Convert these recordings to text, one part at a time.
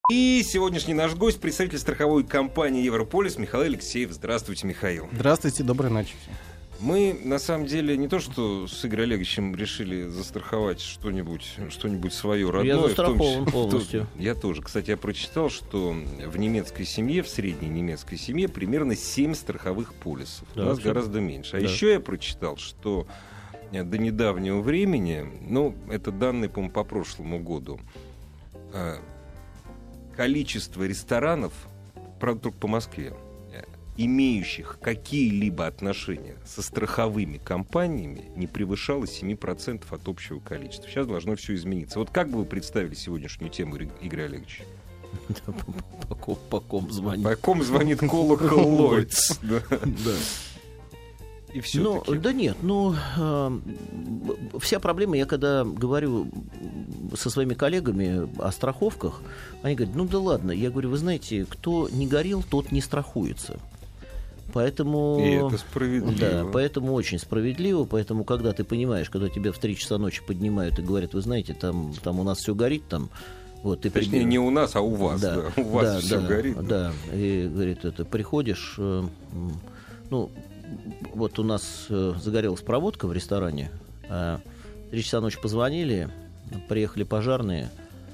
И сегодняшний наш гость, представитель страховой компании «Европолис» Михаил Алексеев. Здравствуйте, Михаил. Здравствуйте, доброй ночи. Мы, на самом деле, не то что с Игорем Олеговичем решили застраховать что-нибудь свое родное. Я застрахован полностью. Я тоже. Кстати, я прочитал, что в немецкой семье, в средней немецкой семье, примерно 7 страховых полисов. Да, у нас гораздо меньше. А еще я прочитал, что до недавнего времени, это данные, по-моему, по прошлому году, количество ресторанов, правда, только по Москве, имеющих какие-либо отношения со страховыми компаниями, не превышало 7% от общего количества. Сейчас должно все измениться. Вот как бы вы представили сегодняшнюю тему, Игорь Олегович? По ком звонит? По ком звонит колокол Ллойдс. И все. Вся проблема, я когда говорю со своими коллегами о страховках, они говорят, да ладно. Я говорю, вы знаете, кто не горел, тот не страхуется. Поэтому, и это справедливо. Да, поэтому очень справедливо. Поэтому, когда ты понимаешь, когда тебя в 3 часа ночи поднимают и говорят, вы знаете, там у нас все горит, вот, ты точнее, не у нас, а у вас. Да. У вас все горит. Да, и говорит, приходишь, вот у нас загорелась проводка в ресторане, 3 часа ночи позвонили, приехали пожарные,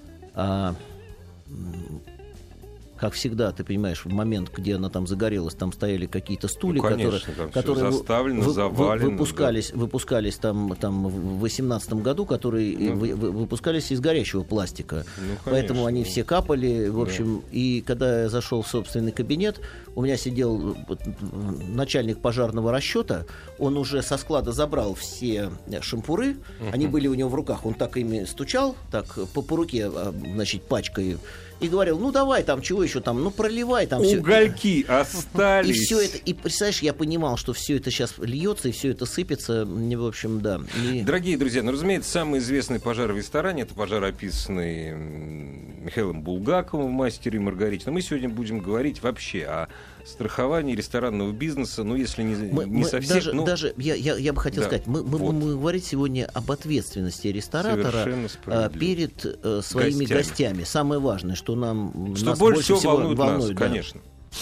как всегда, ты понимаешь, в момент, где она там загорелась, там стояли какие-то стулья, которые заставлено, завалено, выпускались там в 2018 году, которые выпускались из горящего пластика. Поэтому они все капали, в общем. Да. И когда я зашел в собственный кабинет, у меня сидел начальник пожарного расчета, он уже со склада забрал все шампуры, они были у него в руках, он так ими стучал, так по руке, значит, пачкой, и говорил, давай, там, чего еще там, проливай там все. Угольки остались. И все это, и представляешь, я понимал, что все это сейчас льется, и все это сыпется, в общем, да. Дорогие друзья, разумеется, самый известный пожар в ресторане, это пожар, описанный Михаилом Булгаковым в «Мастере и Маргарите». Но мы сегодня будем говорить вообще о страховании ресторанного бизнеса, если не совсем... Даже я бы хотел сказать, мы будем говорить сегодня об ответственности ресторатора перед своими гостями. Самое важное, что нас больше всего волнует. Нас, конечно.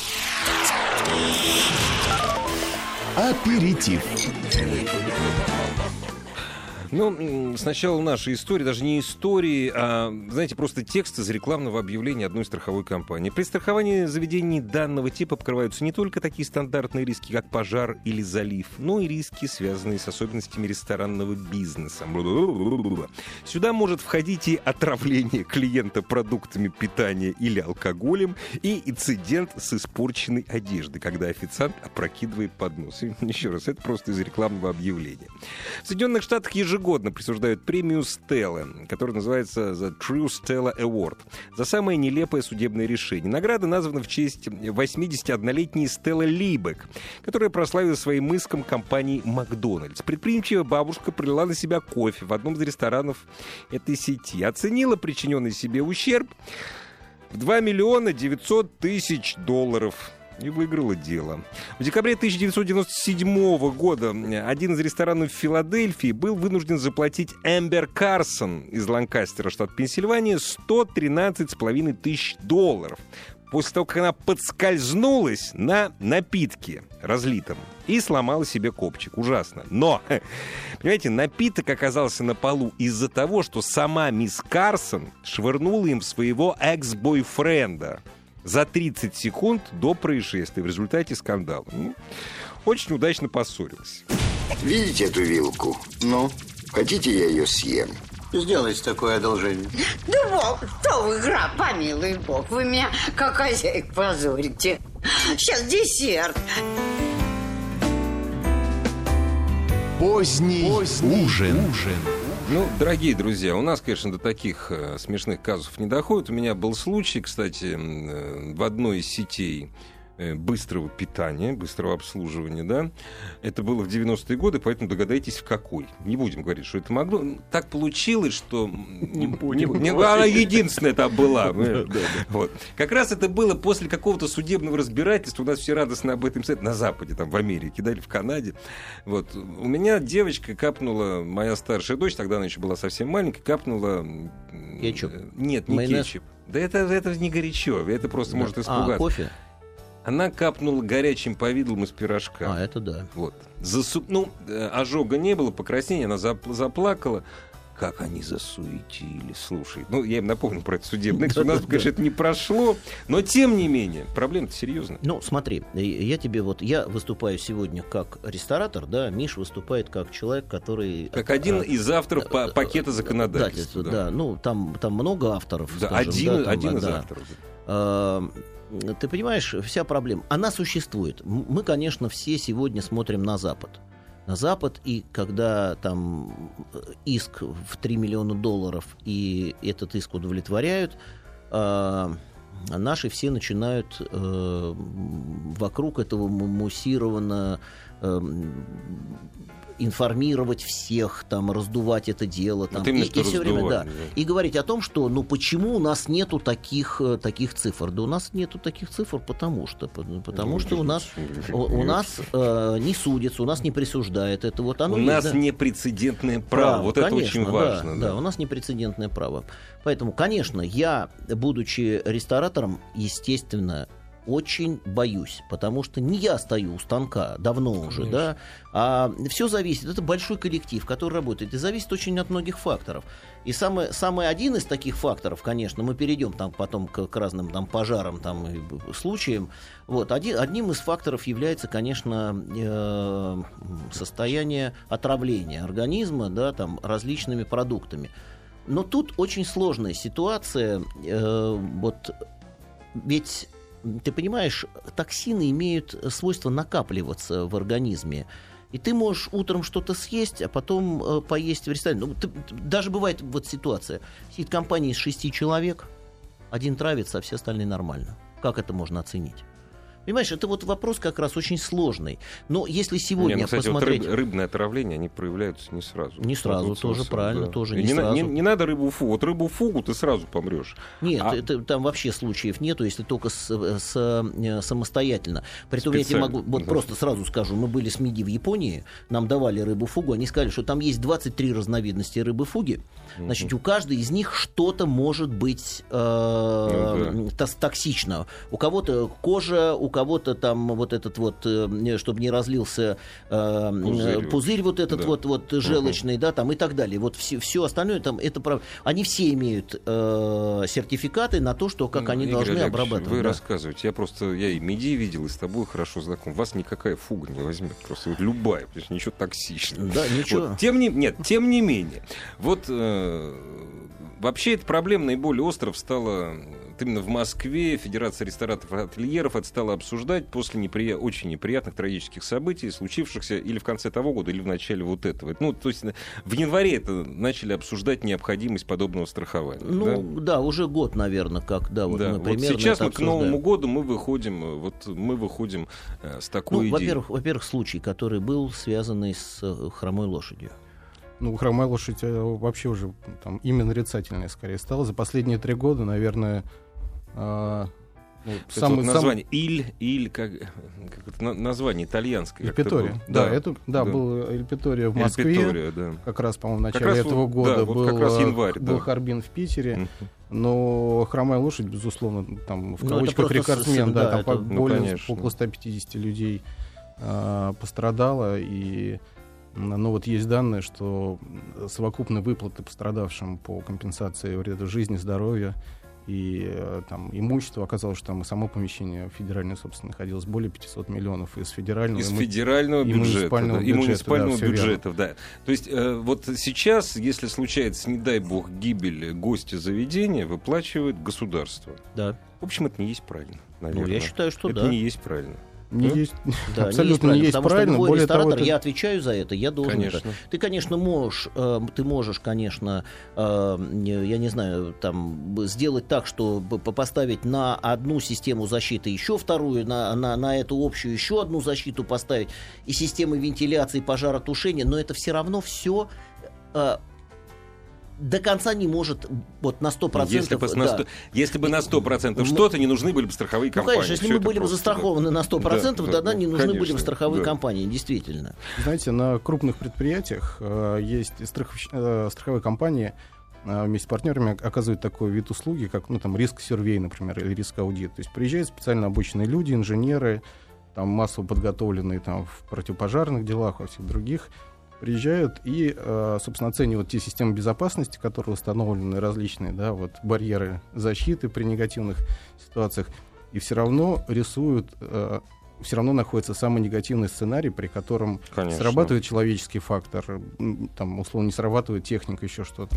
Аперитив. Сначала наши истории, даже не истории, а, знаете, просто текст из рекламного объявления одной страховой компании. При страховании заведений данного типа покрываются не только такие стандартные риски, как пожар или залив, но и риски, связанные с особенностями ресторанного бизнеса. Сюда может входить и отравление клиента продуктами питания или алкоголем, и инцидент с испорченной одеждой, когда официант опрокидывает поднос. И, еще раз, это просто из рекламного объявления. В Соединенных Штатах ежегодно присуждают премию Stella, которая называется The True Stella Award, за самое нелепое судебное решение. Награда названа в честь 81-летней Стеллы Либек, которая прославила своим иском компании Макдональдс. Предприимчивая бабушка пролила на себя кофе в одном из ресторанов этой сети, оценила причиненный себе ущерб в $2 900 000 и выиграла дело. В декабре 1997 года один из ресторанов в Филадельфии был вынужден заплатить Эмбер Карсон из Ланкастера, штат Пенсильвания, $113 500 после того, как она подскользнулась на напитке разлитом и сломала себе копчик. Ужасно. Но, понимаете, напиток оказался на полу из-за того, что сама мисс Карсон швырнула им своего экс-бойфренда за 30 секунд до происшествия в результате скандала. Очень удачно поссорилась. Видите эту вилку? Хотите, я ее съем? Сделайте такое одолжение. Да бог, что вы, граф, помилуй бог. Вы меня, как хозяйку, позорите. Сейчас десерт. Поздний ужин. Дорогие друзья, у нас, конечно, до таких смешных казусов не доходит. У меня был случай, кстати, в одной из сетей быстрого питания, быстрого обслуживания, да. Это было в 90-е годы, поэтому догадайтесь, в какой. Не будем говорить, что это могло. Так получилось, что... Она единственная там была. Вот. Как раз это было после какого-то судебного разбирательства. У нас все радостно об этом на Западе, там, в Америке, да, или в Канаде. Вот. У меня девочка капнула, моя старшая дочь, тогда она еще была совсем маленькая, капнула... Кетчуп? Нет, не майонез? кетчуп. Да это не горячо, это просто может испугаться. Кофе? Она капнула горячим повидлом из пирожка. Это да. Вот. Ожога не было, покраснения, она заплакала. Как они засуетили, слушай. Я им напомню про это судебное. У нас, конечно, это не прошло, но тем не менее, проблема-то серьезная. Смотри, я выступаю сегодня как ресторатор, да, Миш выступает как человек, который... Как один из авторов пакета законодательства. Да, там много авторов. Да, скажем, один из авторов. Ты понимаешь, вся проблема, она существует. Мы, конечно, все сегодня смотрим на Запад. И когда там иск в $3 миллиона, и этот иск удовлетворяют, наши все начинают вокруг этого муссированно информировать всех, там, раздувать это дело. Там, и все время, да. И говорить о том, что почему у нас нету таких цифр. Да у нас нету таких цифр, потому что у нас не судится, у нас не присуждает. Это вот оно у нас непрецедентное право. Вот конечно, это очень важно. Да, у нас непрецедентное право. Поэтому, конечно, я, будучи ресторатором, естественно, очень боюсь, потому что не я стою у станка давно уже, да, а все зависит. Это большой коллектив, который работает, и зависит очень от многих факторов. И самый один из таких факторов, конечно, мы перейдем там потом к разным там пожарам, там случаям. Вот одним из факторов является, конечно, состояние отравления организма, да, там различными продуктами. Но тут очень сложная ситуация. Ведь ты понимаешь, токсины имеют свойство накапливаться в организме. И ты можешь утром что-то съесть, а потом поесть в ресторане. Даже бывает ситуация. Сидит компания из 6 человек, один травится, а все остальные нормально. Как это можно оценить? Понимаешь, это вопрос как раз очень сложный. Но если сегодня посмотреть... рыбное отравление, они проявляются не сразу. Не сразу, тоже правильно, да. тоже не сразу. Не надо рыбу фугу. Рыбу фугу ты сразу помрешь. Нет, там вообще случаев нету, если только самостоятельно. Притом я тебе могу, просто сразу скажу, мы были с МИДи в Японии, нам давали рыбу фугу, они сказали, что там есть 23 разновидности рыбы фуги. Значит, у каждой из них что-то может быть токсично. У кого-то кожа, у кого-то там чтобы не разлился пузырь желчный, да, там и так далее. Все остальное там это они все имеют сертификаты на то, что как они должны обрабатывать. Вы рассказываете, я и МИДи видел, и с тобой хорошо знаком. Вас никакая фуга не возьмет, просто любая, потому что ничего токсичного. Да, ничего. Тем не менее, вообще эта проблема наиболее остро встала именно в Москве. Федерация рестораторов и ательеров это стала обсуждать после очень неприятных трагических событий, случившихся или в конце того года, или в начале этого. То есть в январе это начали обсуждать необходимость подобного страхования. Да, уже год, наверное, как мы примерно сейчас это к Новому году мы выходим с такой идеей. Во-первых, случай, который был связанный с хромой лошадью. Хромая лошадь вообще уже там имя нарицательное скорее стало. За последние 3 года, наверное, название название итальянское. Эль-Питория. Был Эль-Питория в Москве. Как раз, по-моему, в начале этого года был Харбин в Питере. Но хромая лошадь, безусловно, там в кавычках рекордсмен, там около 150 людей пострадало, и есть данные, что совокупные выплаты пострадавшим по компенсации вреда жизни, здоровья и имущества, оказалось, что там и само помещение федеральной собственности находилось более 500 миллионов из федерального и муниципального бюджетов. Да. То есть сейчас, если случается, не дай бог, гибель гостя заведения, выплачивает государство. Да. В общем, это не есть правильно, наверное. Я считаю, что это не есть правильно. Абсолютно не есть правильно. Более ресторатор, я отвечаю за это, я должен. Конечно. Ты, конечно, можешь, конечно, я не знаю, сделать так, что поставить на одну систему защиты еще вторую, на эту общую еще одну защиту поставить, и системы вентиляции, пожаротушения, но это все равно все до конца не может на 100%. Если бы на 100% что-то, не нужны были бы страховые компании. Конечно, если мы были бы застрахованы на 100%, тогда не нужны были бы страховые компании, действительно. Знаете, на крупных предприятиях есть страховые компании, вместе с партнерами оказывают такой вид услуги, как риск-сервей, например, или риск-аудит. То есть приезжают специально обученные люди, инженеры, там, массово подготовленные там, в противопожарных делах, во всех других, приезжают и, собственно, оценивают те системы безопасности, которые установлены, различные, да, вот, барьеры защиты при негативных ситуациях, и все равно рисуют, все равно находится самый негативный сценарий, при котором срабатывает человеческий фактор, там, условно, не срабатывает техника, еще что-то.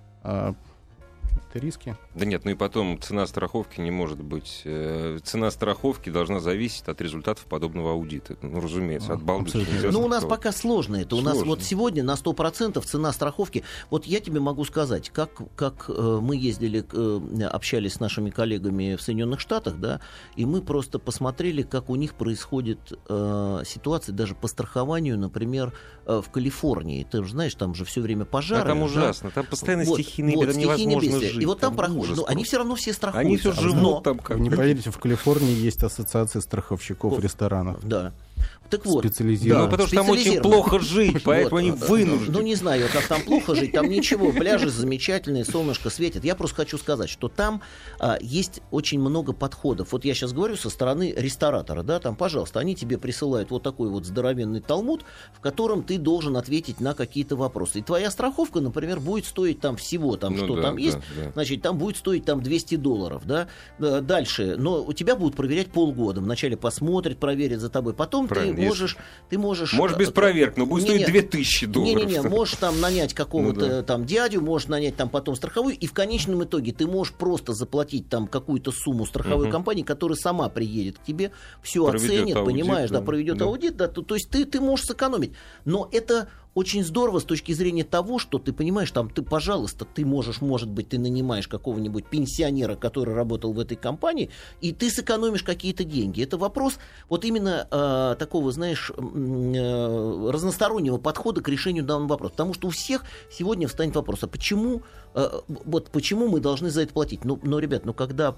Это риски. Да нет, и потом цена страховки не может быть. Цена страховки должна зависеть от результатов подобного аудита. Разумеется, от балды. Но у нас пока сложно это. У нас вот сегодня на 100% цена страховки. Вот я тебе могу сказать, как мы ездили, общались с нашими коллегами в Соединенных Штатах, да, и мы просто посмотрели, как у них происходит ситуация даже по страхованию, например, в Калифорнии. Ты же знаешь, там же все время пожары. Там ужасно, там постоянно стихийные беды, невозможно жить. И вот там проходят, они все равно все страхуются. Они все живут там. Вы не поверите, в Калифорнии есть ассоциация страховщиков ресторанов. Да. Так вот, да, потому что там очень плохо жить, поэтому они вынуждены. Ну, не знаю, как там плохо жить, там ничего, пляжи замечательные, солнышко светит. Я просто хочу сказать, что там есть очень много подходов. Вот я сейчас говорю со стороны ресторатора, да, там, пожалуйста, они тебе присылают вот такой вот здоровенный талмуд, в котором ты должен ответить на какие-то вопросы. И твоя страховка, например, будет стоить там всего, там, там есть, значит, там будет стоить там $200, да, дальше, но у тебя будут проверять полгода. Вначале посмотрят, проверят за тобой, потом ты можешь... Может, без проверок, но будет стоить $2000. Не-не-не, можешь там нанять какого-то там дядю, можешь нанять там потом страховую, и в конечном итоге ты можешь просто заплатить там какую-то сумму страховой компании, которая сама приедет к тебе, все оценит, аудит, понимаешь, проведет аудит, да, то есть ты можешь сэкономить. Но это очень здорово с точки зрения того, что ты понимаешь, там, ты, пожалуйста, ты можешь, может быть, ты нанимаешь какого-нибудь пенсионера, который работал в этой компании, и ты сэкономишь какие-то деньги. Это вопрос вот именно такого, знаешь, разностороннего подхода к решению данного вопроса. Потому что у всех сегодня встанет вопрос, а почему, почему мы должны за это платить? Но, ребят, когда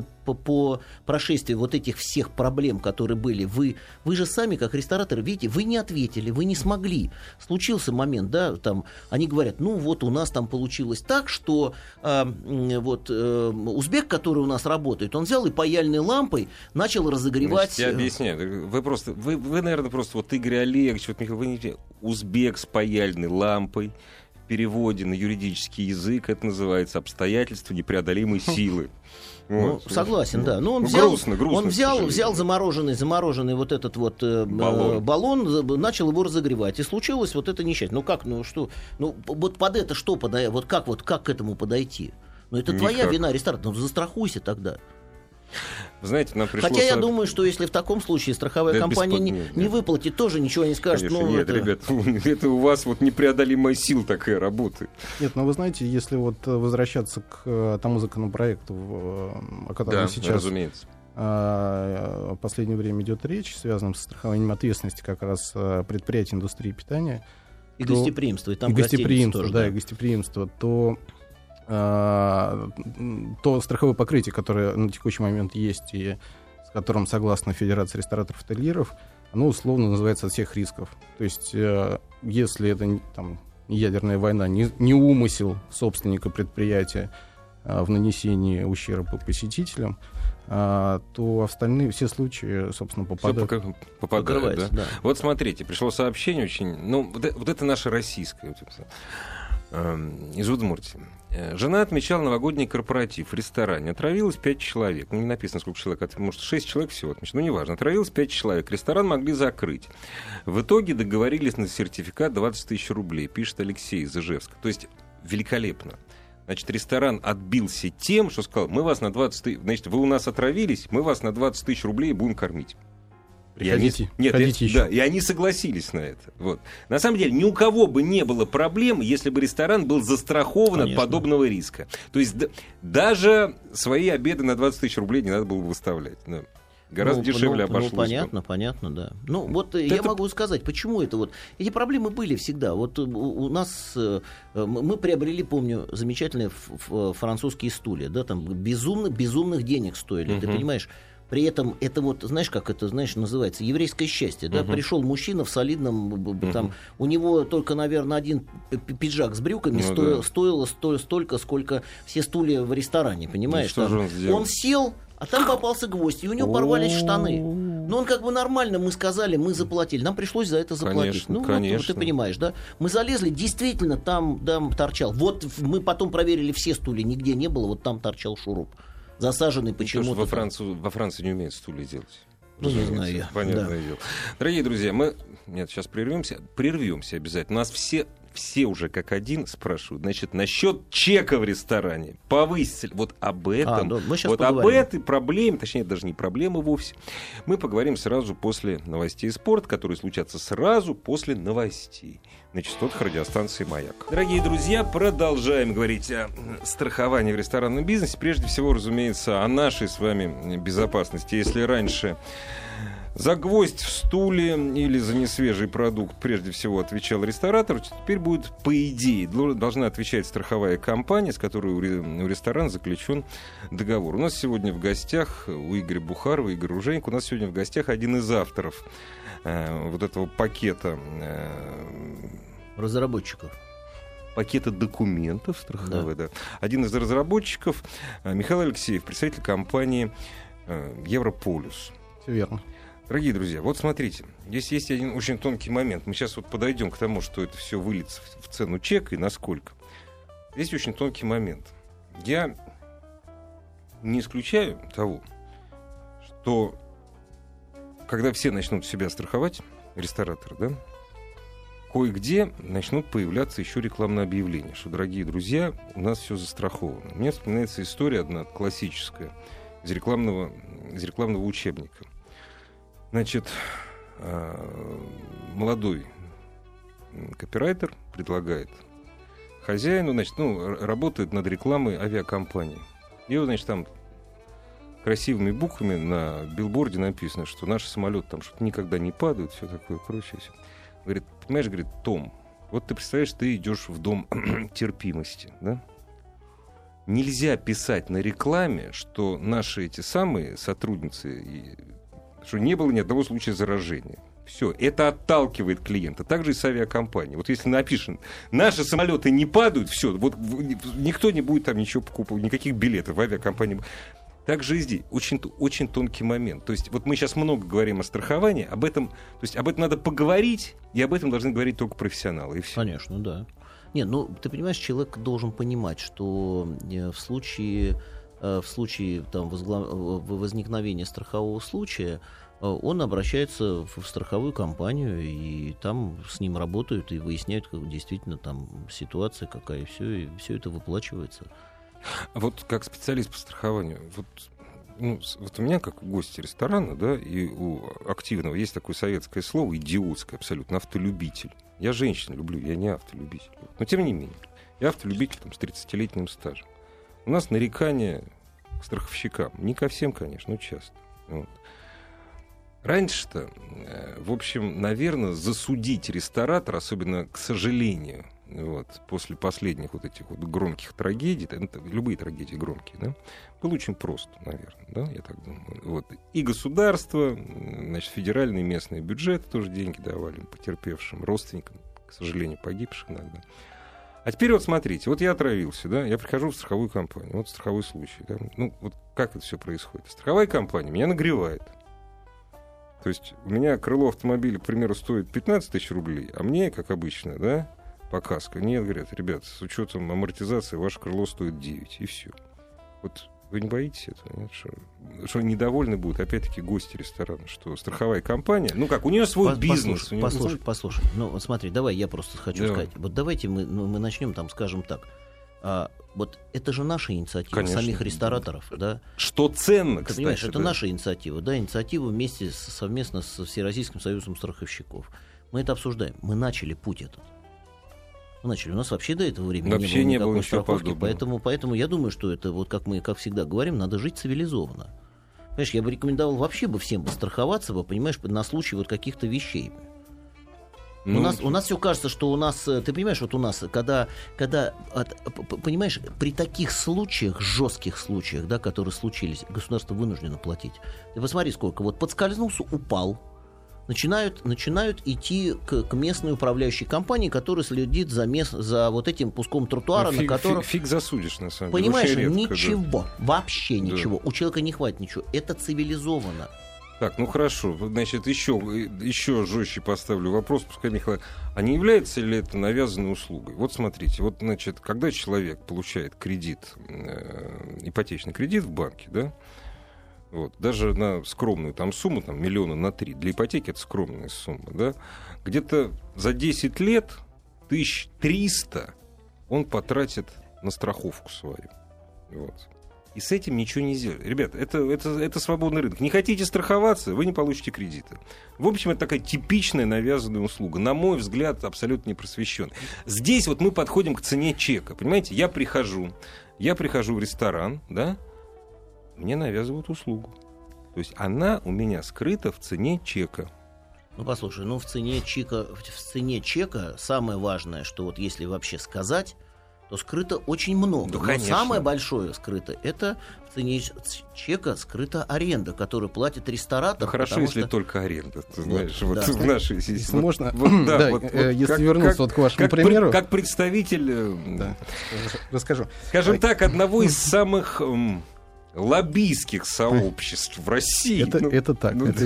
по прошествии вот этих всех проблем, которые были, вы же сами, как рестораторы, видите, вы не ответили, вы не смогли. Случился момент, да, там, они говорят, у нас там получилось так, что узбек, который у нас работает, он взял и паяльной лампой начал разогревать... Значит, я объясняю, вы, наверное, просто, Игорь Олегович, Михаил, вы не узбек с паяльной лампой, в переводе на юридический язык это называется обстоятельства непреодолимой силы. Согласен, да. Но он взял замороженный вот этот вот баллон, начал его разогревать. И случилось вот это несчастье. Вот под это что подойти? Вот как к этому подойти? Это твоя вина, ресторан. Застрахуйся тогда. Знаете, нам пришло... Хотя я думаю, что если в таком случае страховая компания не выплатит, тоже ничего не скажет. Конечно, нет, ребят, это у вас непреодолимая сила такая работает. Нет, но вы знаете, если возвращаться к тому законопроекту, о котором сейчас... разумеется. В последнее время идет речь, связанном со страхованием ответственности как раз предприятий индустрии питания. И гостеприимства, и там гостеприимство, тоже, и гостеприимство, то страховое покрытие, которое на текущий момент есть и с которым, согласно Федерации рестораторов и ательеров, оно условно называется от всех рисков. То есть, если это не ядерная война, не умысел собственника предприятия в нанесении ущерба посетителям, то остальные все случаи, собственно, попадают. Попадают, да? Вот смотрите, пришло сообщение очень... вот это наше российское. Из Удмуртии. Жена отмечала новогодний корпоратив в ресторане. Отравилось 5 человек. Не написано, сколько человек. Может, 6 человек всего отмечено. Неважно. Отравилось 5 человек. Ресторан могли закрыть. В итоге договорились на сертификат 20 тысяч рублей, пишет Алексей из Ижевска. То есть великолепно. Значит, ресторан отбился тем, что сказал, мы вас на 20 тысяч... Значит, вы у нас отравились, мы вас на 20 тысяч рублей будем кормить. Приходите еще. Да, и они согласились на это. Вот. На самом деле, ни у кого бы не было проблем, если бы ресторан был застрахован от подобного риска. То есть даже свои обеды на 20 тысяч рублей не надо было бы выставлять. Да. Гораздо дешевле обошлось. Понятно, да. Я могу сказать, почему это эти проблемы были всегда. У нас мы приобрели, помню, замечательные французские стулья, да, там безумных денег стоили. Ты понимаешь? При этом это вот, знаешь, как это, знаешь, называется, еврейское счастье, да? Пришел мужчина в солидном, там, у него только, наверное, один пиджак с брюками стоило столько, сколько все стулья в ресторане, понимаешь? Он сел, а там попался гвоздь, и у него порвались штаны. Ну, он как бы нормально, мы сказали, мы заплатили. Нам пришлось за это заплатить. Конечно. Вот ты понимаешь, да? Мы залезли, действительно, там торчал. Вот мы потом проверили все стулья, нигде не было, вот там торчал шуруп. Засаженный почему-то. Во Франции не умеют стулья делать. Ну, не знаю я. Понятное дело. Дорогие друзья, мы сейчас прервемся обязательно. Нас все уже как один спрашивают, значит, насчет чека в ресторане повысили. Вот об этом, об этой проблеме, точнее, даже не проблема вовсе, мы поговорим сразу после новостей спорта, которые случатся сразу после новостей на частотах радиостанции «Маяк». Дорогие друзья, продолжаем говорить о страховании в ресторанном бизнесе. Прежде всего, разумеется, о нашей с вами безопасности. Если раньше за гвоздь в стуле или за несвежий продукт прежде всего отвечал ресторатор, теперь будет, по идее, должна отвечать страховая компания, с которой у ресторана заключен договор. У нас сегодня в гостях у Игоря Бухарова, Игоря Ружейника, у нас сегодня в гостях один из авторов вот этого пакета разработчиков. Пакета документов страховых, да. Один из разработчиков Михаил Алексеев, представитель компании Европолюс. Все верно. Дорогие друзья, вот смотрите, здесь есть один очень тонкий момент. Мы сейчас вот подойдем к тому, что это все выльется в цену чека и насколько. Здесь очень тонкий момент. Я не исключаю того, что когда все начнут себя страховать, рестораторы, да, кое-где начнут появляться еще рекламные объявления, что, дорогие друзья, у нас все застраховано. Мне вспоминается история одна классическая из рекламного учебника. Значит, молодой копирайтер предлагает хозяину, значит, работает над рекламой авиакомпании. И вот, значит, там красивыми буквами на билборде написано, что наши самолеты там что-то никогда не падают, все такое прочее. Все. Говорит, понимаешь, говорит, Том, вот ты представляешь, ты идешь в дом терпимости, да? Нельзя писать на рекламе, что наши эти самые сотрудницы, что не было ни одного случая заражения. Все, это отталкивает клиента. Так же и с авиакомпанией. Вот если напишем, наши самолеты не падают, все, вот никто не будет там ничего покупать, никаких билетов в авиакомпании. Так же и здесь. Очень, очень тонкий момент. То есть вот мы сейчас много говорим о страховании, об этом надо поговорить, и об этом должны говорить только профессионалы. И все. Конечно, да. Не, ты понимаешь, человек должен понимать, что в случае там, возникновения страхового случая он обращается в страховую компанию, и там с ним работают и выясняют, как действительно там ситуация какая, и все это выплачивается. Вот как специалист по страхованию, вот у меня, как у гостя ресторана, да, и у активного есть такое советское слово, идиотское абсолютно, автолюбитель. Я женщин люблю, я не автолюбитель. Но тем не менее, я автолюбитель там, с 30-летним стажем. У нас нарекания к страховщикам. Не ко всем, конечно, но часто. Вот. Раньше-то, в общем, наверное, засудить ресторатора, особенно, к сожалению, после последних вот этих вот громких трагедий, любые трагедии громкие, да, было очень просто, наверное, да, я так думаю. Вот. И государство, значит, федеральные и местные бюджеты тоже деньги давали потерпевшим, родственникам, к сожалению, погибших иногда. А теперь вот смотрите, вот я отравился, да, я прихожу в страховую компанию, вот страховой случай, да, вот как это все происходит. Страховая компания меня нагревает. То есть у меня крыло автомобиля, к примеру, стоит 15 тысяч рублей, а мне, как обычно, да, по каско, нет, говорят, ребят, с учетом амортизации ваше крыло стоит 9, и все. Вот вы не боитесь этого? Нет? Что недовольны будут, опять-таки, гости ресторана, что страховая компания, у нее свой бизнес. Послушай, смотри, давай я просто хочу сказать, вот давайте мы начнем, там, скажем так, вот это же наша инициатива, конечно, самих рестораторов, да? Что ценно, кстати. Ты понимаешь, это наша инициатива, да, инициатива совместно с Всероссийским союзом страховщиков. Мы это обсуждаем, мы начали путь этот. У нас вообще до этого времени не было никакой страховки, поэтому я думаю, что это, вот как мы, как всегда говорим, надо жить цивилизованно. Понимаешь, я бы рекомендовал вообще всем страховаться, понимаешь, на случай вот каких-то вещей. У нас все кажется, что у нас, ты понимаешь, вот у нас, когда понимаешь, при таких случаях, жестких случаях, да, которые случились, государство вынуждено платить. Ты посмотри, сколько. Вот подскользнулся, упал. Начинают идти к местной управляющей компании, которая следит за вот этим куском тротуара, на котором... Фиг засудишь, на самом деле. Понимаешь, ничего, вообще ничего. У человека не хватит ничего. Это цивилизованно. Так, ну хорошо, значит, еще жестче поставлю вопрос, пускай Михаил, а не является ли это навязанной услугой? Вот смотрите, вот, значит, когда человек получает кредит, ипотечный кредит в банке, да, вот, даже на скромную там сумму, там, 3 миллиона, для ипотеки это скромная сумма, да, где-то за 10 лет 1300 он потратит на страховку свою, вот. И с этим ничего не сделать. Ребята, это свободный рынок. Не хотите страховаться, вы не получите кредиты. В общем, это такая типичная навязанная услуга. На мой взгляд, абсолютно непросвещенная. Здесь вот мы подходим к цене чека. Понимаете, я прихожу в ресторан, да, мне навязывают услугу. То есть она у меня скрыта в цене чека. Ну, послушай, в цене чека самое важное, что вот если вообще сказать, то скрыто очень много. Ну, но самое большое скрыто, это в цене чека скрыта аренда, которую платит ресторатор. Ну, хорошо, если только аренда, ты знаешь, вот в нашей системе. Если можно, если вернуться к вашему примеру. Как представитель, расскажу. Скажем так, одного из самых лоббистских сообществ в России. Это так, это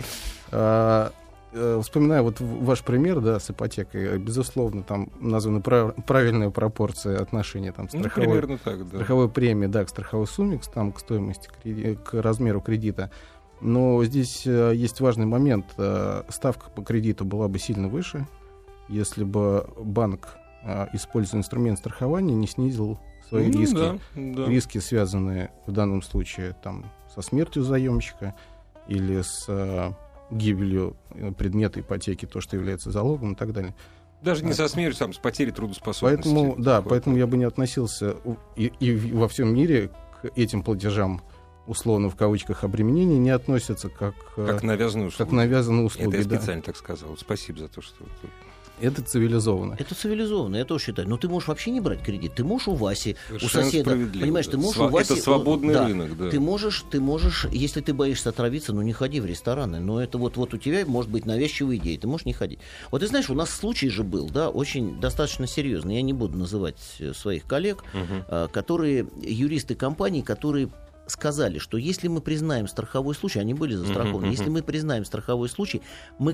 верно. Вспоминая вот ваш пример, да, с ипотекой, безусловно, там названы правильные пропорции отношения там, страховой премии, да, к страховой сумме, там, к стоимости, к размеру кредита. Но здесь есть важный момент. Ставка по кредиту была бы сильно выше, если бы банк, используя инструмент страхования, не снизил свои риски. Да. Риски, связанные в данном случае там, со смертью заемщика или с гибелью предмета ипотеки, то, что является залогом и так далее. Даже не со смертью, там, с потерей трудоспособности. Поэтому я бы не относился и во всем мире к этим платежам, условно, в кавычках, обременения, не относятся как навязанные услуги. Это я специально так сказал. Спасибо за то, что... Это цивилизованно. Это цивилизованно, я тоже считаю. Но ты можешь вообще не брать кредит. Ты можешь у Васи, у соседа. Понимаешь, ты можешь у Васи... Это свободный рынок, да. Ты можешь, если ты боишься отравиться, не ходи в рестораны. Но это вот у тебя может быть навязчивая идея. Ты можешь не ходить. Вот ты знаешь, у нас случай же был, да, очень достаточно серьезный. Я не буду называть своих коллег, которые, юристы компаний, которые сказали, что если мы признаем страховой случай, они были застрахованы, если мы признаем страховой случай, мы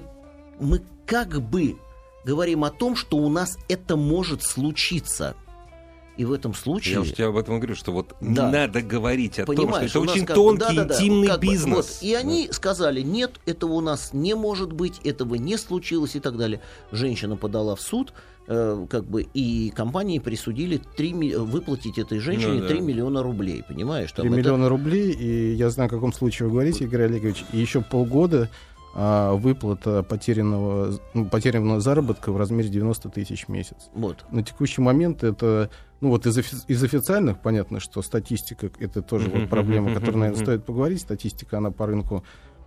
как бы говорим о том, что у нас это может случиться. И в этом случае... Я уже тебе об этом говорю, что вот надо говорить о том, что это очень тонкий, интимный бизнес. И они сказали, нет, этого у нас не может быть, этого не случилось и так далее. Женщина подала в суд, и компании присудили выплатить этой женщине 3 миллиона рублей, понимаешь? 3 миллиона рублей, и я знаю, о каком случае вы говорите, Игорь Олегович, и еще полгода выплата потерянного заработка в размере 90 тысяч в месяц. Вот. На текущий момент это, из официальных, понятно, что статистика, это тоже проблема, о которой, наверное, стоит поговорить. Статистика, она по рынку,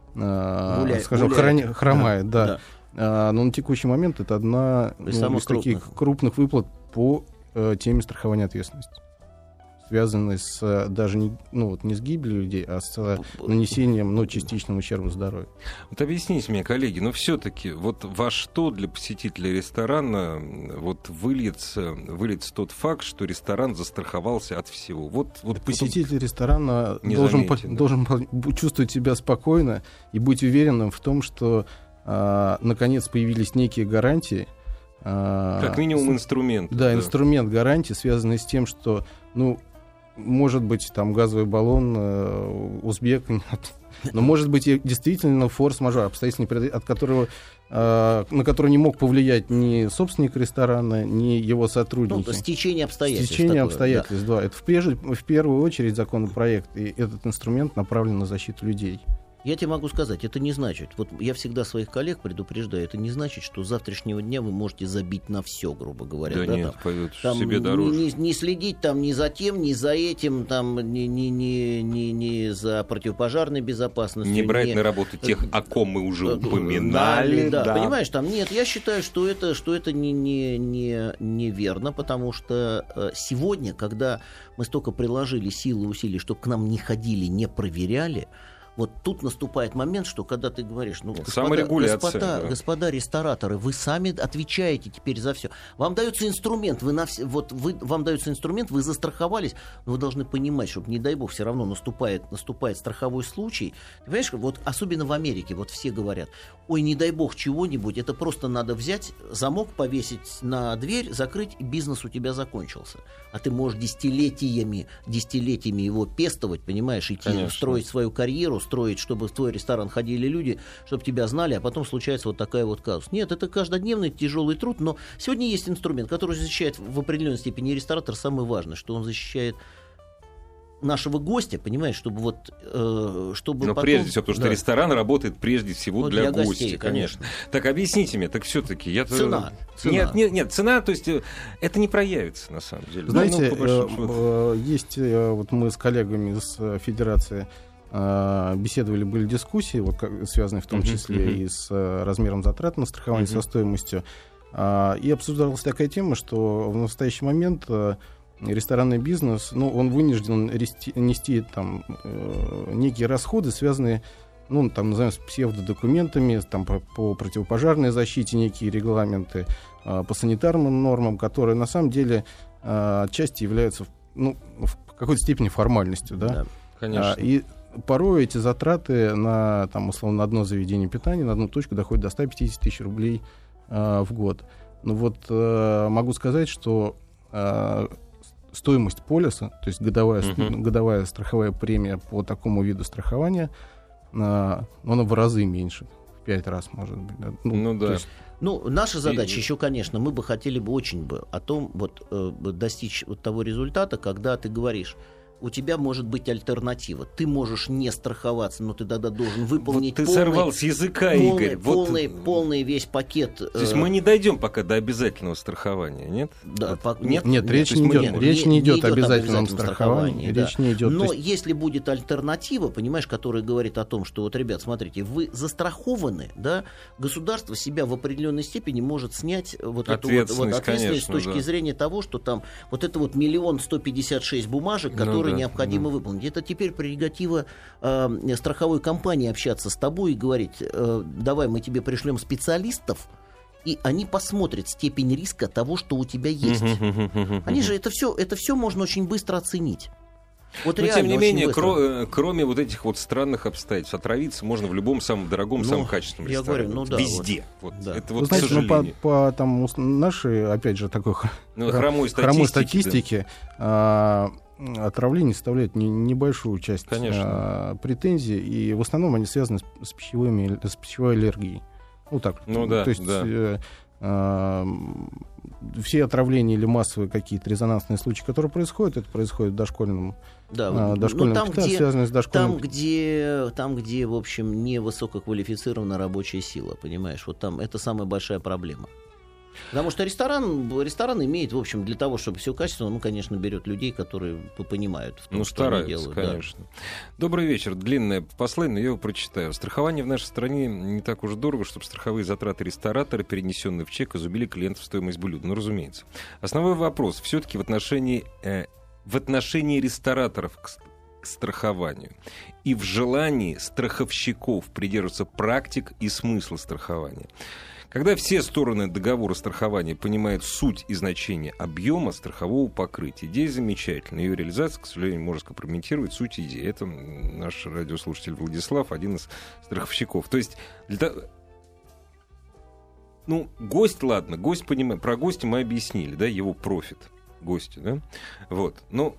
хромает, да. Но на текущий момент это одна из таких крупных выплат по теме страхования ответственности, связанной с даже не с гибелью людей, а с нанесением частичного ущерба здоровью. Вот объясните мне, коллеги, но все-таки вот во что для посетителя ресторана выльется тот факт, что ресторан застраховался от всего? Посетитель ресторана должен чувствовать себя спокойно и быть уверенным в том, что наконец появились некие гарантии. Как минимум инструмент. Да, инструмент гарантии, связанный с тем, что может быть, там газовый баллон, узбек, но может быть и действительно форс-мажор, обстоятельства, на который не мог повлиять ни собственник ресторана, ни его сотрудники. Стечение обстоятельств. Стечение обстоятельств, да. Это в первую очередь законопроект, и этот инструмент направлен на защиту людей. Я тебе могу сказать, это не значит, вот я всегда своих коллег предупреждаю, это не значит, что с завтрашнего дня вы можете забить на все, грубо говоря. Да, нет, там, себе дороже. Не следить там ни за тем, ни за этим, там, ни за противопожарной безопасностью. Не брать на работу тех, о ком мы уже упоминали. Да. Понимаешь, там нет, я считаю, что это неверно, потому что сегодня, когда мы столько приложили сил и усилий, чтобы к нам не ходили, не проверяли, вот тут наступает момент, что когда ты говоришь, господа рестораторы, вы сами отвечаете теперь за все. Вам дается инструмент, вам дается инструмент, вы застраховались, но вы должны понимать, что, не дай бог, все равно наступает страховой случай. Ты понимаешь, вот особенно в Америке, вот все говорят, ой, не дай бог чего-нибудь, это просто надо взять, замок повесить на дверь, закрыть, и бизнес у тебя закончился. А ты можешь десятилетиями его пестовать, понимаешь, идти, строить свою карьеру, строить, чтобы в твой ресторан ходили люди, чтобы тебя знали, а потом случается вот такая вот казус. Нет, это каждодневный тяжелый труд, но сегодня есть инструмент, который защищает в определенной степени ресторатор. Самое важное, что он защищает нашего гостя, понимаешь, чтобы вот... чтобы но потом... прежде всего, потому что ресторан работает прежде всего для гостей, гостей, конечно. Так, объясните мне, так все-таки... Цена. Нет, цена, то есть это не проявится, на самом деле. Знаете, есть, вот мы с коллегами из Федерации беседовали, были дискуссии, вот, связанные в том числе и с размером затрат на страхование, со стоимостью. И обсуждалась такая тема, что в настоящий момент ресторанный бизнес, он вынужден нести там некие расходы, связанные, назовем, с псевдодокументами, там, по противопожарной защите, некие регламенты, по санитарным нормам, которые на самом деле отчасти являются в какой-то степени формальностью. Да? Да, конечно. И порой эти затраты на, условно, на одно заведение питания, на одну точку доходят до 150 тысяч рублей в год. Могу сказать, что стоимость полиса, то есть годовая страховая премия по такому виду страхования, она в разы меньше, в 5 раз, может быть. Да? Наша задача еще, конечно, мы бы хотели очень о том достичь того результата, когда ты говоришь, у тебя может быть альтернатива. Ты можешь не страховаться, но ты тогда должен выполнить ты сорвал с языка, Игорь. Полный весь пакет. То есть мы не дойдем пока до обязательного страхования, нет? Да, нет, речь не идет о обязательном страховании. Речь не идет. Но если будет альтернатива, понимаешь, которая говорит о том, что ребят, смотрите, вы застрахованы, да, государство себя в определенной степени может снять ответственность, конечно, с точки зрения того, что там это 1 156 000 бумажек, которые необходимо выполнить. Это теперь прерогатива страховой компании общаться с тобой и говорить, давай мы тебе пришлем специалистов, и они посмотрят степень риска того, что у тебя есть. Они же это все можно очень быстро оценить. Но тем не менее, кроме этих странных обстоятельств, отравиться можно в любом самом дорогом, самом качественном ресторане. Везде. Это к сожалению. По нашей, опять же, такой хромой статистике, отравление составляет небольшую часть претензий, и в основном они связаны с пищевой аллергией. Все отравления или массовые какие-то резонансные случаи, которые происходят, это происходит в дошкольном питании, связанные с дошкольным... Там, где, в общем, невысококвалифицированная рабочая сила, понимаешь, там это самая большая проблема. Потому что ресторан имеет, в общем, для того, чтобы все качественно, конечно, берет людей, которые понимают в том, что они делают. Конечно. Да. Добрый вечер. Длинное послание, но я его прочитаю. Страхование в нашей стране не так уж дорого, чтобы страховые затраты ресторатора, перенесенные в чек, изубили клиентов стоимость блюда. Разумеется. Основной вопрос все-таки в отношении рестораторов к страхованию и в желании страховщиков придерживаться практик и смысла страхования. Когда все стороны договора страхования понимают суть и значение объема страхового покрытия, идея замечательная. Ее реализация, к сожалению, может компрометировать суть идеи. Это наш радиослушатель Владислав, один из страховщиков. То есть, гость, ладно, гость понимает. Про гостя мы объяснили, да, его профит гостя, да. Но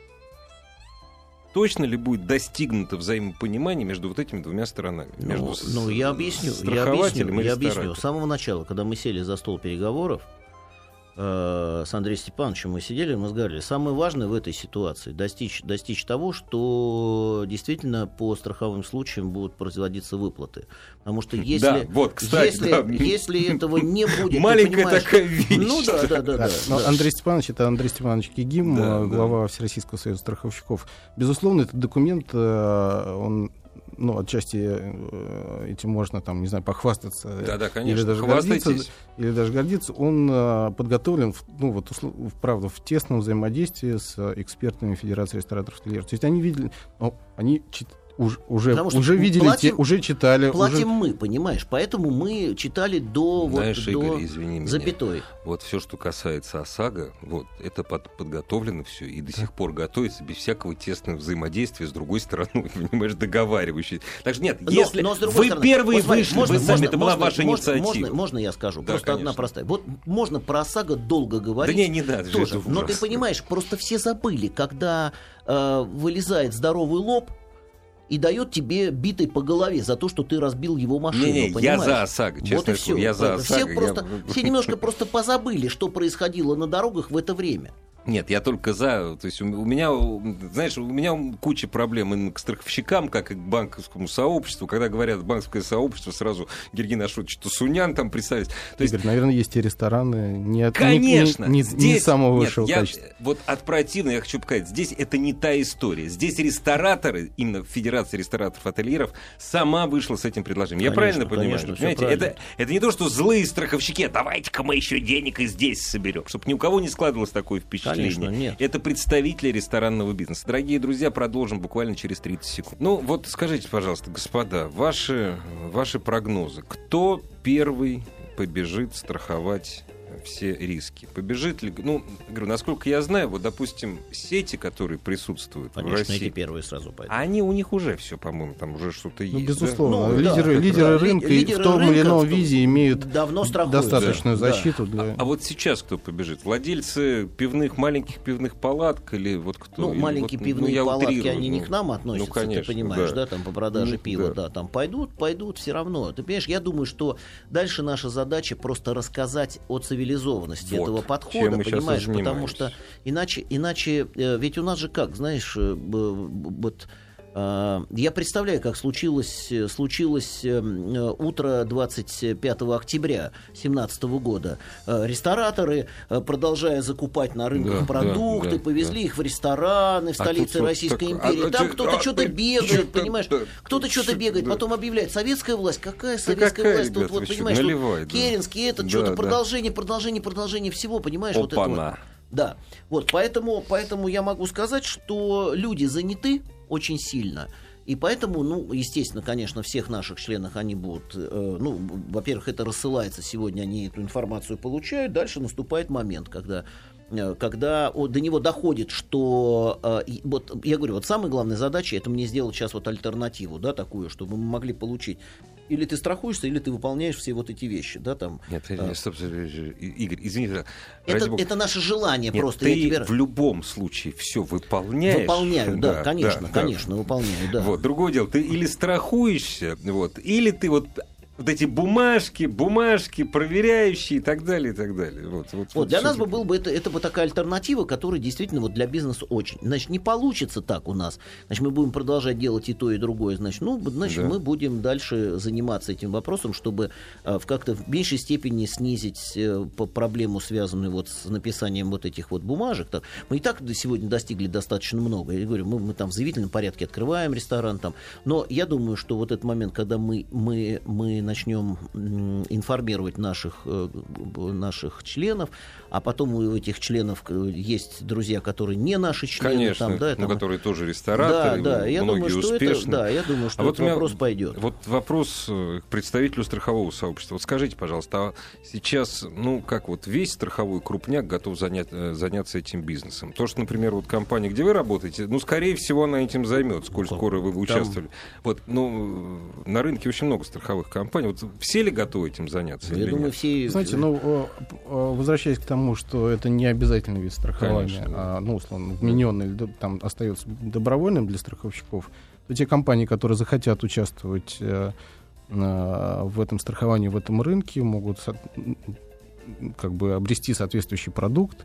точно ли будет достигнуто взаимопонимание между этими двумя сторонами? Я объясню. С самого начала, когда мы сели за стол переговоров, с Андреем Степановичем мы сидели, мы говорили, самое важное в этой ситуации достичь того, что действительно по страховым случаям будут производиться выплаты. Потому что если, если этого не будет... Маленькая такая вещь. Ну да. Андрей Степанович, это Андрей Степанович Кигим, глава Всероссийского союза страховщиков. Безусловно, этот документ, он... Ну, отчасти этим можно, там, не знаю, похвастаться. Да, конечно. Или даже гордиться. Он подготовлен, правда, в тесном взаимодействии с экспертами Федерации рестораторов и ательеров. То есть они видели, они уже видели, уже читали. Платим мы, понимаешь? Поэтому мы читали до Игорь, извини запятой. Меня. Вот все, что касается ОСАГО, это подготовлено все и до сих пор готовится без всякого тесного взаимодействия с другой стороной, понимаешь, договаривающей. Так что нет, если вы первые вышли, вы сами, это была ваша инициатива. Можно я скажу? Да, просто одна простая. Вот можно про ОСАГО долго говорить. Да не надо. Тоже. Но ты понимаешь, просто все забыли, когда вылезает здоровый лоб и дает тебе битой по голове за то, что ты разбил его машину. Я за ОСАГО, честно говоря. Я за ОСАГО. Все немножко просто позабыли, что происходило на дорогах в это время. Нет, я только за. То есть у меня куча проблем именно к страховщикам, как и к банковскому сообществу. Когда говорят банковское сообщество, сразу Гергин Ашотович Тусунян там представить. Игорь, наверное, есть и рестораны не самого высшего качества. Вот от противного я хочу сказать, здесь это не та история. Здесь рестораторы, именно Федерация рестораторов и ательеров, сама вышла с этим предложением. Конечно, я правильно понимаю? Понимаете, это не то, что злые страховщики, давайте-ка мы еще денег и здесь соберем, чтобы ни у кого не складывалось такое впечатление. Конечно, нет. Это представители ресторанного бизнеса. Дорогие друзья, продолжим буквально через 30 секунд. Ну, вот скажите, пожалуйста, господа, ваши прогнозы. Кто первый побежит страховать все риски? Побежит ли... Ну, говорю, насколько я знаю, вот, допустим, сети, которые присутствуют в России... Конечно, эти первые сразу пойдут. У них уже все, по-моему, там уже что-то есть. Безусловно. Да? Лидеры рынка в том или ином виде имеют достаточную защиту. Для... А вот сейчас кто побежит? Владельцы маленьких пивных палаток или вот кто? Маленькие пивные палатки, они не к нам относятся, конечно, ты понимаешь, да, там по продаже пива, да, там пойдут все равно. Ты понимаешь, я думаю, что дальше наша задача просто рассказать о цивилизованности этого подхода, понимаешь, потому что иначе, ведь у нас же как, знаешь, вот я представляю, как случилось утро 25 октября 2017 года. Рестораторы, продолжая закупать на рынках продукты, повезли их в рестораны в столице Российской империи. Там кто-то что-то бегает, понимаешь? Кто-то что-то бегает, потом объявляет: советская власть. Какая советская власть? Тут вот, понимаешь, тут Керенский, что-то продолжение всего, понимаешь? Вот это вот. Да, вот, поэтому я могу сказать, что люди заняты очень сильно. И поэтому, естественно, конечно, всех наших членов они будут... во-первых, это рассылается сегодня, они эту информацию получают. Дальше наступает момент, когда до него доходит, что... вот я говорю, вот самая главная задача — это мне сделать сейчас вот альтернативу, да, такую, чтобы мы могли получить. Или ты страхуешься, или ты выполняешь все вот эти вещи, да, там. Нет, стоп, Игорь, извините. Это наше желание. Нет, просто. Ты в любом случае все выполняешь. Выполняю, да, конечно, выполняю, да. Вот, другое дело, ты или страхуешься, вот, или ты вот эти бумажки, проверяющие и так далее, и так далее. Вот для нас было бы это бы такая альтернатива, которая действительно вот для бизнеса очень. Значит, не получится так у нас. Значит, мы будем продолжать делать и то, и другое. Значит, мы будем дальше заниматься этим вопросом, чтобы как-то в меньшей степени снизить проблему, связанную вот с написанием вот этих вот бумажек. Мы и так сегодня достигли достаточно много. Я говорю, мы там в заявительном порядке открываем ресторан там. Но я думаю, что вот этот момент, когда мы начнем информировать наших членов, а потом у этих членов есть друзья, которые не наши члены. Конечно, там, которые тоже рестораторы, многие успешны. Я думаю, что этот вопрос пойдет. Вот вопрос к представителю страхового сообщества. Вот скажите, пожалуйста, а сейчас, как вот весь страховой крупняк готов заняться этим бизнесом? То, что, например, вот компания, где вы работаете, скорее всего, она этим займется, сколь скоро вы участвовали. Вот, на рынке очень много страховых компаний. Вот все ли готовы этим заняться? Я думаю, все... Знаете, возвращаясь к тому, что это не обязательный вид страхования, конечно, условно, вмененный или там остается добровольным для страховщиков, то те компании, которые захотят участвовать в этом страховании, в этом рынке, могут как бы обрести соответствующий продукт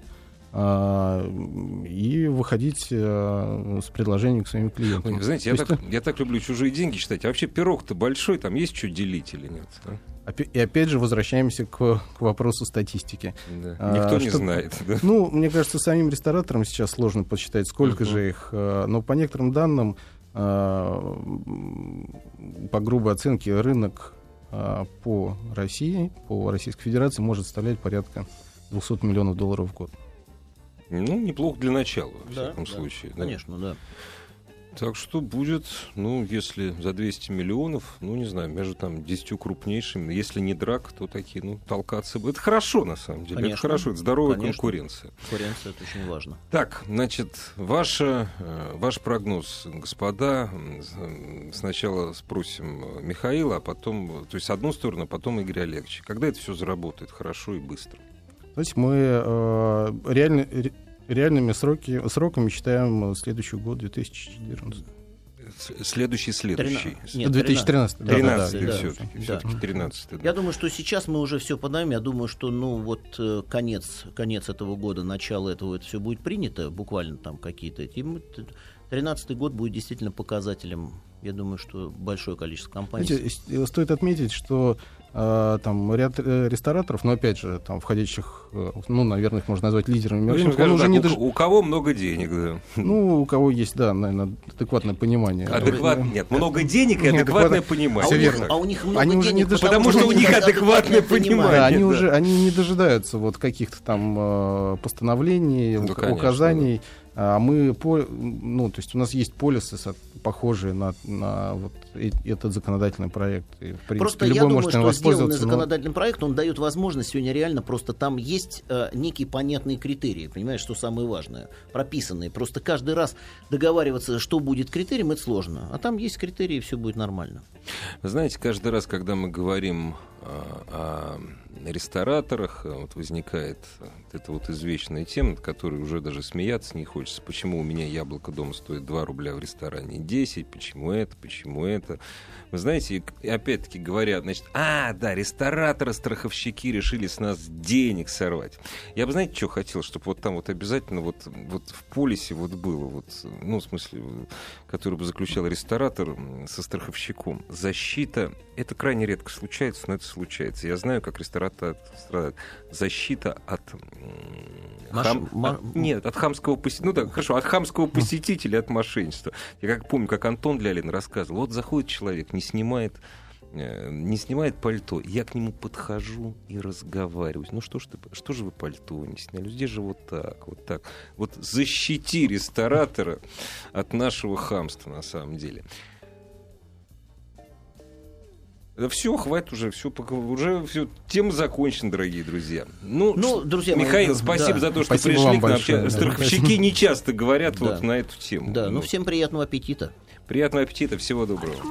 и выходить с предложением к своим клиентам. Вы знаете, я так люблю чужие деньги считать. А вообще пирог-то большой, там есть что делить или нет? И опять же возвращаемся к вопросу статистики. Да. Никто не знает. Да? Ну, мне кажется, самим рестораторам сейчас сложно подсчитать, сколько же их. Но по некоторым данным, по грубой оценке, рынок по России, по Российской Федерации может составлять порядка $200 миллионов в год. Ну, неплохо для начала, во всяком случае. Конечно, да. Так что будет, ну, если за 200 миллионов, ну, не знаю, между там 10 крупнейшими, если не драк, то такие, ну, толкаться будет. Это хорошо, на самом деле. Конечно, это хорошо, это здоровая конкуренция. Конкуренция — это очень важно. Так, значит, ваш прогноз, господа. Сначала спросим Михаила, а потом, то есть, с одну сторону, а потом Игоря Олеговича. Когда это все заработает хорошо и быстро? Знаете, мы реальными сроками считаем следующий год, 2014. Следующий. 2013. 13. Я думаю, что сейчас мы уже все подаем. Я думаю, что конец этого года, начало этого, это все будет принято, буквально там какие-то. 2013 год будет действительно показателем. Я думаю, что большое количество компаний. Знаете, стоит отметить, что там ряд рестораторов, но опять же, там входящих, ну, наверное, их можно назвать лидерами рынка. У кого много денег, да. Ну, у кого есть, да, наверное, адекватное понимание. Нет, много денег и адекватное понимание. А у них много денег, потому что у них адекватное понимание. Да, они не дожидаются вот каких-то там постановлений, указаний. А мы, ну, то есть у нас есть полисы, похожие на вот этот законодательный проект. И, в принципе, просто я думаю, что сделанный законодательный проект, он дает возможность сегодня реально, просто там есть некие понятные критерии, понимаешь, что самое важное, прописанные. Просто каждый раз договариваться, что будет критерием, это сложно. А там есть критерии, и все будет нормально. Вы знаете, каждый раз, когда мы говорим о рестораторах, вот возникает эта вот извечная тема, над которой уже даже смеяться не хочется. Почему у меня яблоко дома стоит 2 рубля, в ресторане 10? Почему это? Вы знаете, и опять-таки говорят, значит, да, рестораторы, страховщики решили с нас денег сорвать. Я бы, знаете, что хотел, чтобы вот там вот обязательно вот в полисе вот было, вот, ну, в смысле, который бы заключал ресторатор со страховщиком. Защита, это крайне редко случается, но это случается. Я знаю, как ресторатор страдает. Защита от хамского посетителя. Ну да, хорошо, от хамского посетителя, от мошенничества. Я как помню, как Антон Лялин рассказывал. Вот заходит человек, не снимает пальто. Я к нему подхожу и разговариваю. Ну что же вы пальто не сняли? Здесь же вот так. Вот защити ресторатора от нашего хамства, на самом деле. Да все, хватит уже, все, тема закончена, дорогие друзья. Ну, друзья, Михаил, спасибо за то, что пришли к нам. Страховщики не часто говорят вот на эту тему. Да, всем приятного аппетита. Приятного аппетита, всего доброго.